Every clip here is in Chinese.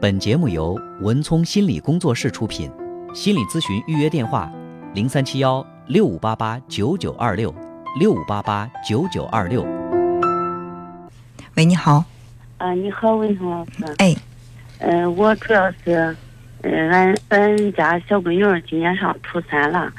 本节目由文聪心理工作室出品，心理咨询预约电话：037165889926，65889926。 喂，你好。 你好，文聪老师。 哎。 我主要是，俺家小闺女今年上初3了。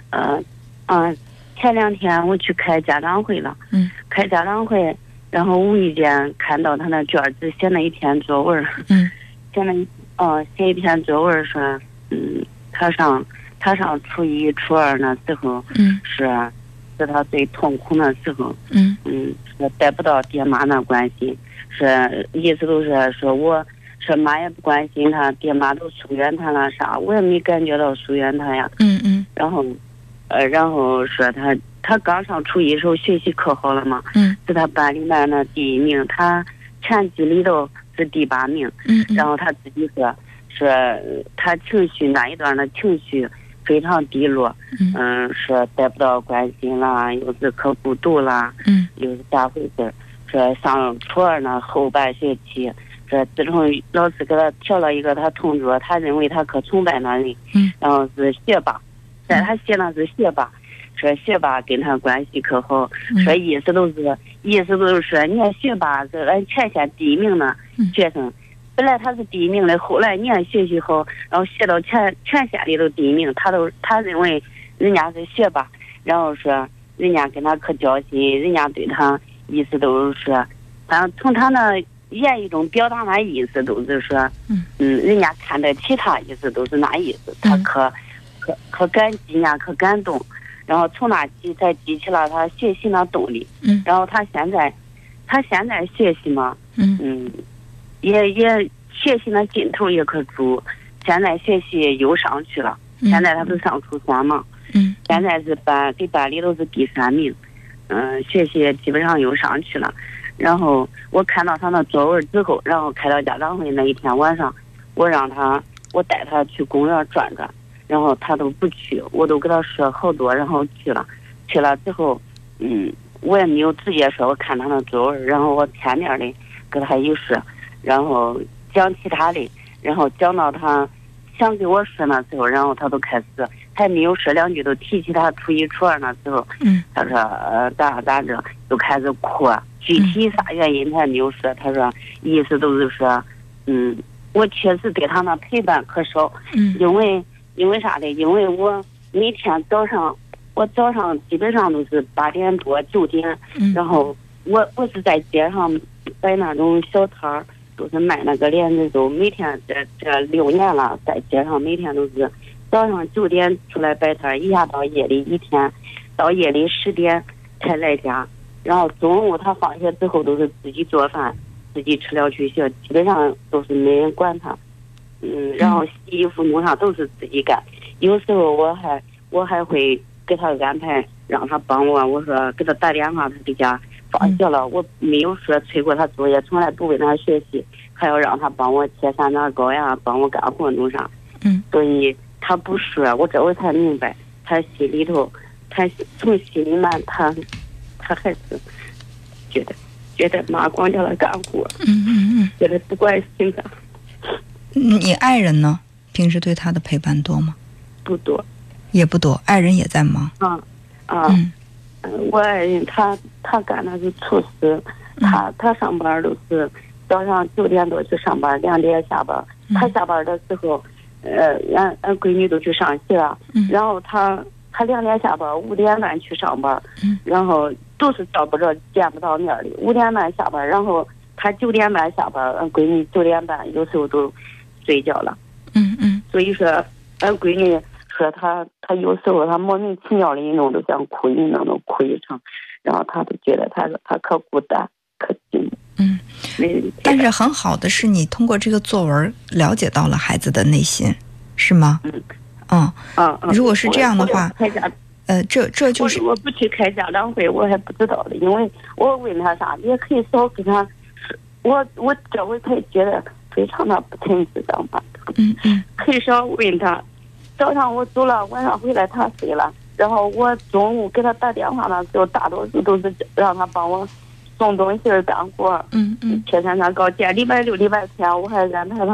前2天我去开家长会了。开家长会，然后无意间看到她那卷子写了一篇作文。写一篇作文说，她上初1、初2那时候，是她最痛苦的时候。说得不到爹妈那关心，是意思都是说我。说妈也不关心他，爹妈都疏远他了啥，我也没感觉到疏远他呀。然后说他刚上初1的时候学习可好了嘛。是他班里面的第1名，他全级里头是第8名。然后他自己说他情绪那一段的情绪非常低落。说得不到关心啦，又是可孤独啦。又是咋回事？说上初2呢后半学期。自从老师给他调了一个他同桌，他认为他可崇拜那人，然后是学霸，在他写的是学霸，说学霸跟他关系可好，说意思都是说你看学霸是俺全县第1名的学生，本来他是第1名的，后来你看学习好，然后学到全县里头第1名，他认为人家是学霸，然后说人家跟他可交心，人家对他意思都是说，反正从他那言语中表达那意思都是说，人家看得起他，意思都是那意思，他可感激呀，可感动，然后从那起才激起了他学习的动力。然后他现在学习嘛，也学习的劲头也可足，现在学习又上去了，现在他不是上初3嘛，现在是班里都是第3名，学习基本上又上去了。然后我看到他那作文之后，然后开到家长会那一天晚上，我带他去公园转转，然后他都不去，我都给他说好多，然后去了之后，我也没有直接说我看他那作文，然后我前面的跟他一说，然后讲其他的，然后讲到他想给我说那时候，然后他都开始还没有说2句都提起他初1、初2那时候，他说咋着就开始哭。具体啥原因他没有说，他说意思都是说，我确实对他那陪伴可少，因为啥的？因为我每天早上基本上都是8点多9点，然后我是在街上摆那种小摊儿，都是卖那个莲子粥，每天这6年了，在街上每天都是早上9点出来摆摊，一下到夜里，一天到夜里10点才来家。然后中午他放学之后都是自己做饭，自己吃了去学，基本上都是没人管他。然后洗衣服弄啥都是自己干。有时候我还会给他安排让他帮我说给他打电话，他在家放学了，我没有说催过他作业，从来不为他学习，还要让他帮我切山楂糕呀，帮我干活弄啥。所以他不说，我这回才明白，他心里头，他从心里面他还是觉得妈光叫他干活，觉得不关心他。 你爱人呢？平时对他的陪伴多吗？ 不多， 也不多。爱人也在忙。 我爱人他干的是厨师，他上班都是早上9点多去上班，2点下班。他下班的时候，俺闺女都去上学了，然后他2点下班，5点半去上班，然后都是找不着见不到面的，5点半下班，然后他9点半下班，俺闺女9点半有时候都睡觉了。所以说俺闺女说他有时候他莫名其妙的一弄都想哭，一弄都哭一场，然后他都觉得他可孤单可寂寞。 但是很好的是你通过这个作文了解到了孩子的内心，是吗？如果是这样的话，这就是我不去开家长会，我还不知道的，因为我问他啥，也可以少跟他说，我这回才觉得非常的不诚实，知道吗？可以少问他。早上我走了，晚上回来他睡了，然后我中午给他打电话的时候，大多数都是让他帮我送东西干活，切山楂糕。见礼拜6、礼拜天我还安排他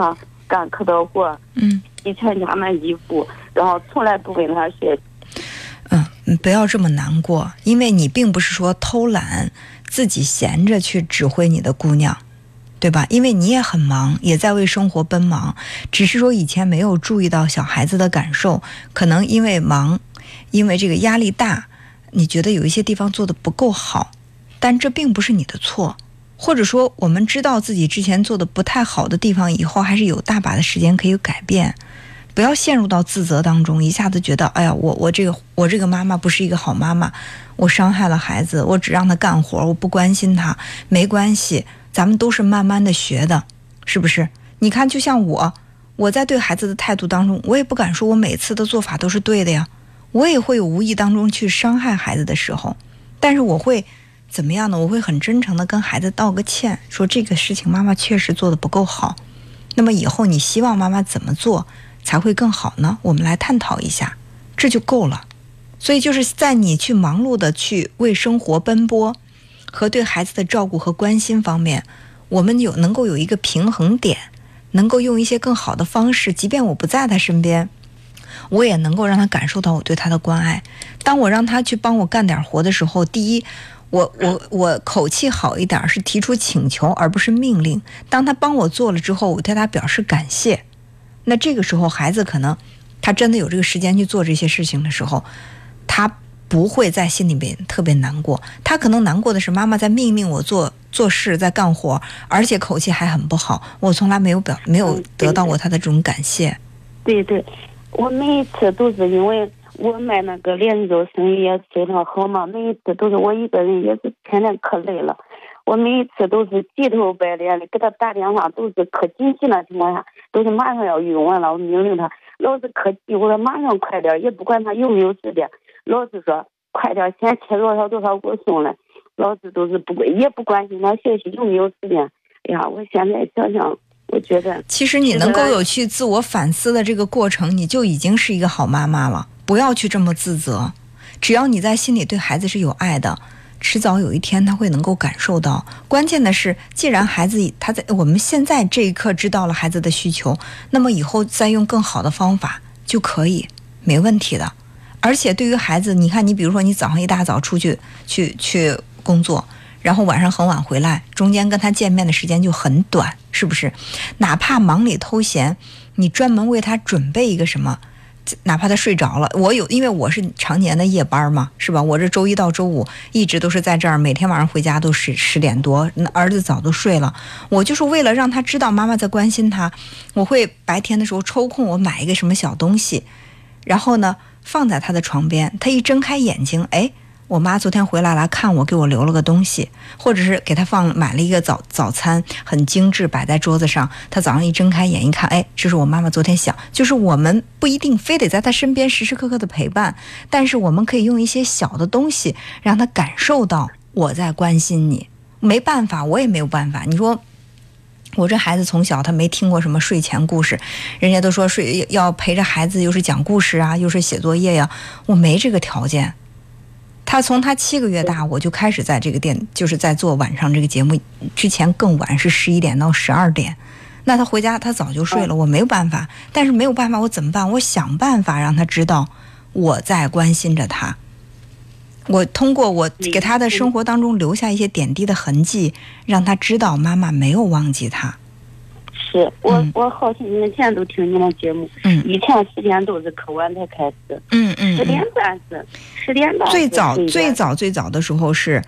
干可多活，洗全家买衣服，然后从来不跟他学。 不要这么难过，因为你并不是说偷懒自己闲着去指挥你的姑娘，对吧？因为你也很忙，也在为生活奔忙，只是说以前没有注意到小孩子的感受，可能因为忙，因为这个压力大，你觉得有一些地方做得不够好，但这并不是你的错。或者说我们知道自己之前做的不太好的地方，以后还是有大把的时间可以改变。不要陷入到自责当中，一下子觉得哎呀，我这个妈妈不是一个好妈妈，我伤害了孩子，我只让他干活，我不关心他。没关系，咱们都是慢慢的学的，是不是？你看就像我在对孩子的态度当中，我也不敢说我每次的做法都是对的呀，我也会有无意当中去伤害孩子的时候，但是我会怎么样呢？我会很真诚的跟孩子道个歉，说这个事情妈妈确实做的不够好，那么以后你希望妈妈怎么做才会更好呢？我们来探讨一下，这就够了。所以就是在你去忙碌的去为生活奔波和对孩子的照顾和关心方面，我们能够有一个平衡点，能够用一些更好的方式，即便我不在他身边，我也能够让他感受到我对他的关爱。当我让他去帮我干点活的时候，第一，我口气好一点，是提出请求而不是命令。当他帮我做了之后，我对他表示感谢，那这个时候孩子可能他真的有这个时间去做这些事情的时候，他不会在心里边特别难过。他可能难过的是妈妈在命令我做事，在干活，而且口气还很不好，我从来没有得到过他的这种感谢。 对，我每一次都是因为我卖那个莲藕生意也非常好嘛，每一次都是我一个人，也是天天可累了，我每一次都是急头白脸的给他打电话，都是可紧急的情况下，都是马上要用完了，我命令他，老是可急，我说马上快点，也不管他有没有时间，老是说快点，先切多少给我送来，老是都是也不关心他学习有没有时间。哎呀，我现在想想，我觉得其实你能够有去自我反思的这个过程，你就已经是一个好妈妈了。不要去这么自责，只要你在心里对孩子是有爱的，迟早有一天他会能够感受到。关键的是，既然孩子他在我们现在这一刻知道了孩子的需求，那么以后再用更好的方法就可以，没问题的。而且对于孩子，你看，你比如说你早上一大早出去工作，然后晚上很晚回来，中间跟他见面的时间就很短，是不是？哪怕忙里偷闲，你专门为他准备一个什么，哪怕他睡着了，因为我是常年的夜班嘛，是吧？我这周一到周五一直都是在这儿，每天晚上回家都是10点多，儿子早都睡了。我就是为了让他知道妈妈在关心他，我会白天的时候抽空，我买一个什么小东西，然后呢放在他的床边，他一睁开眼睛，哎，我妈昨天回来看我，给我留了个东西，或者是给他买了一个早餐，很精致摆在桌子上，他早上一睁开眼一看，哎，这是我妈妈昨天想。就是我们不一定非得在他身边时时刻刻的陪伴，但是我们可以用一些小的东西让他感受到我在关心你。没办法，我也没有办法。你说我这孩子从小他没听过什么睡前故事，人家都说要陪着孩子，又是讲故事啊，又是写作业呀，我没这个条件。他从他7个月大，我就开始在这个店，就是在做晚上这个节目，之前更晚是11点到12点。那他回家他早就睡了，我没有办法。但是没有办法，我怎么办？我想办法让他知道我在关心着他。我通过我给他的生活当中留下一些点滴的痕迹，让他知道妈妈没有忘记他。 是我好几年前都听你们节目，以前时间都是可晚才开始，10点半10点半。最早的时候是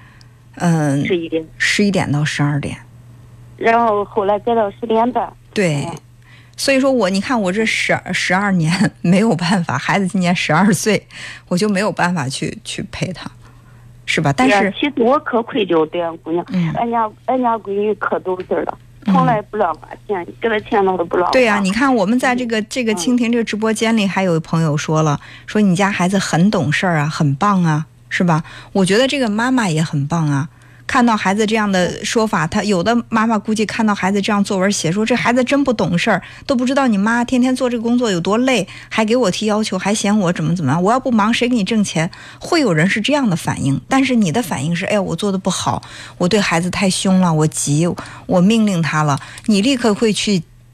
11点到12点， 然后后来改到10点半。 对，所以说你看我这12年没有办法，孩子今年12岁，我就没有办法去陪他，是吧？但是其实我可愧疚对俺姑娘，俺家闺女可懂事了。从来不乱花钱，给他钱他都不乱花。 对呀，你看我们在这个蜻蜓这个直播间里，还有朋友说你家孩子很懂事啊，很棒啊，是吧？我觉得这个妈妈也很棒啊。看到孩子这样的说法，他有的妈妈估计看到孩子这样作文写，说这孩子真不懂事儿，都不知道你妈天天做这个工作有多累，还给我提要求，还嫌我怎么样，我要不忙谁给你挣钱？会有人是这样的反应，但是你的反应是，哎，我做的不好，我对孩子太凶了，我急，我命令他了，你立刻会去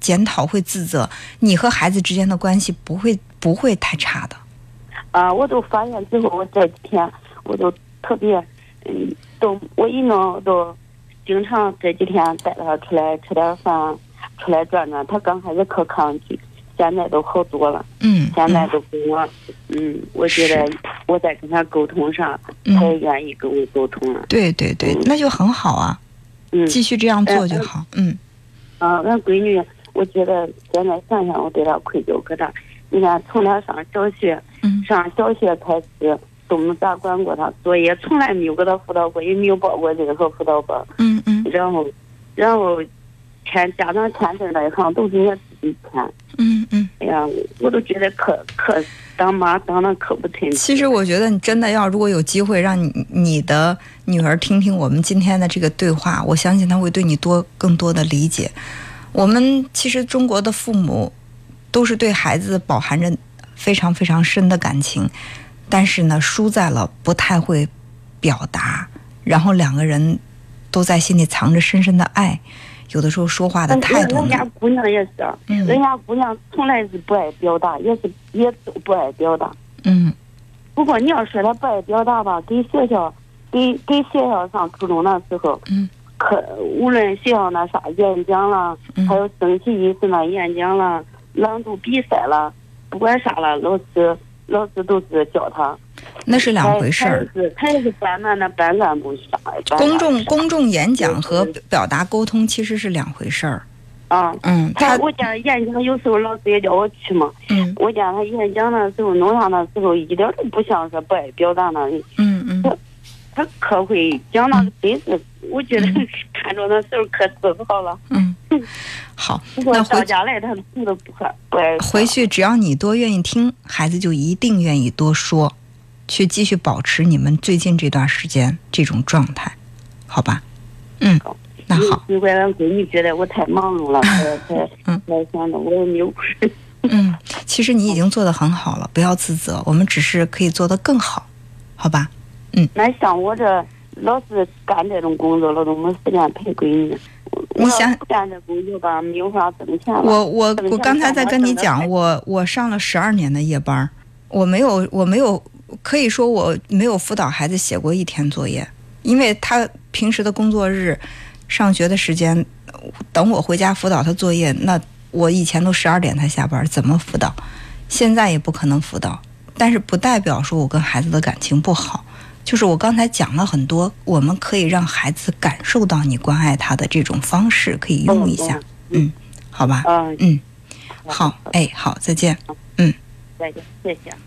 检讨、会自责，你和孩子之间的关系不会太差的。 我都发现之后，我这几天我都特别，我一弄都经常这几天带他出来吃点饭，出来转转。他刚开始可抗拒，现在都好多了。现在都跟我，我觉得我在跟他沟通上，他也愿意跟我沟通了。 对，那就很好啊。继续这样做就好。 俺闺女，我觉得现在想想，我对她愧疚可大。你看，从她上小学开始，都没咋管过她作业，从来没有给她辅导过，也没有报过任何辅导班。然后家长签字那一行都是我自己签。哎呀，我都觉得可当妈当的可不称职。 其实我觉得你真的如果有机会让你的女儿听听我们今天的这个对话，我相信她会对你更多的理解。我们其实中国的父母都是对孩子饱含着非常非常深的感情，但是呢，输在了不太会表达，然后两个人都在心里藏着深深的爱，有的时候说话的态度呢。 人家姑娘也是，人家姑娘从来是不爱表达，也都不爱表达。不过你要说她不爱表达吧，给学校上初中的时候，无论学校那啥演讲了，还有升旗仪式那演讲了，朗读比赛了，不管啥了，老师都是教他。 那是两回事儿。 他也是班干部上。 公众演讲和表达沟通其实是两回事儿。 我家演讲有时候老师也叫我去嘛。我家他演讲的时候，弄上的时候一点都不像是不爱表达那里。他可会讲那个真是，我觉得看着那时候可自豪了。 好， 那到家来他都不爱。 回去只要你多愿意听，孩子就一定愿意多说，去继续保持你们最近这段时间这种状态，好吧？那好。 如果俺闺女觉得我太忙碌了，才想着我也没有。 其实你已经做得很好了，不要自责，我们只是可以做得更好，好吧？ 那像我这老是干这种工作了，都没时间陪闺女。 你想干这工作吧，没有法挣钱。 我刚才在跟你讲，我上了12年的夜班，我没有，可以说我没有辅导孩子写过一天作业，因为他平时的工作日、上学的时间，等我回家辅导他作业，那我以前都12点才下班，怎么辅导？现在也不可能辅导，但是不代表说我跟孩子的感情不好。就是我刚才讲了很多，我们可以让孩子感受到你关爱他的这种方式，可以用一下。好吧。好，好，再见。 再见，谢谢。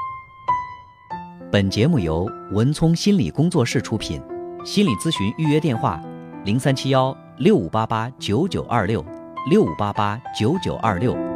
本节目由文聪心理工作室出品，心理咨询预约电话：037165889926，65889926。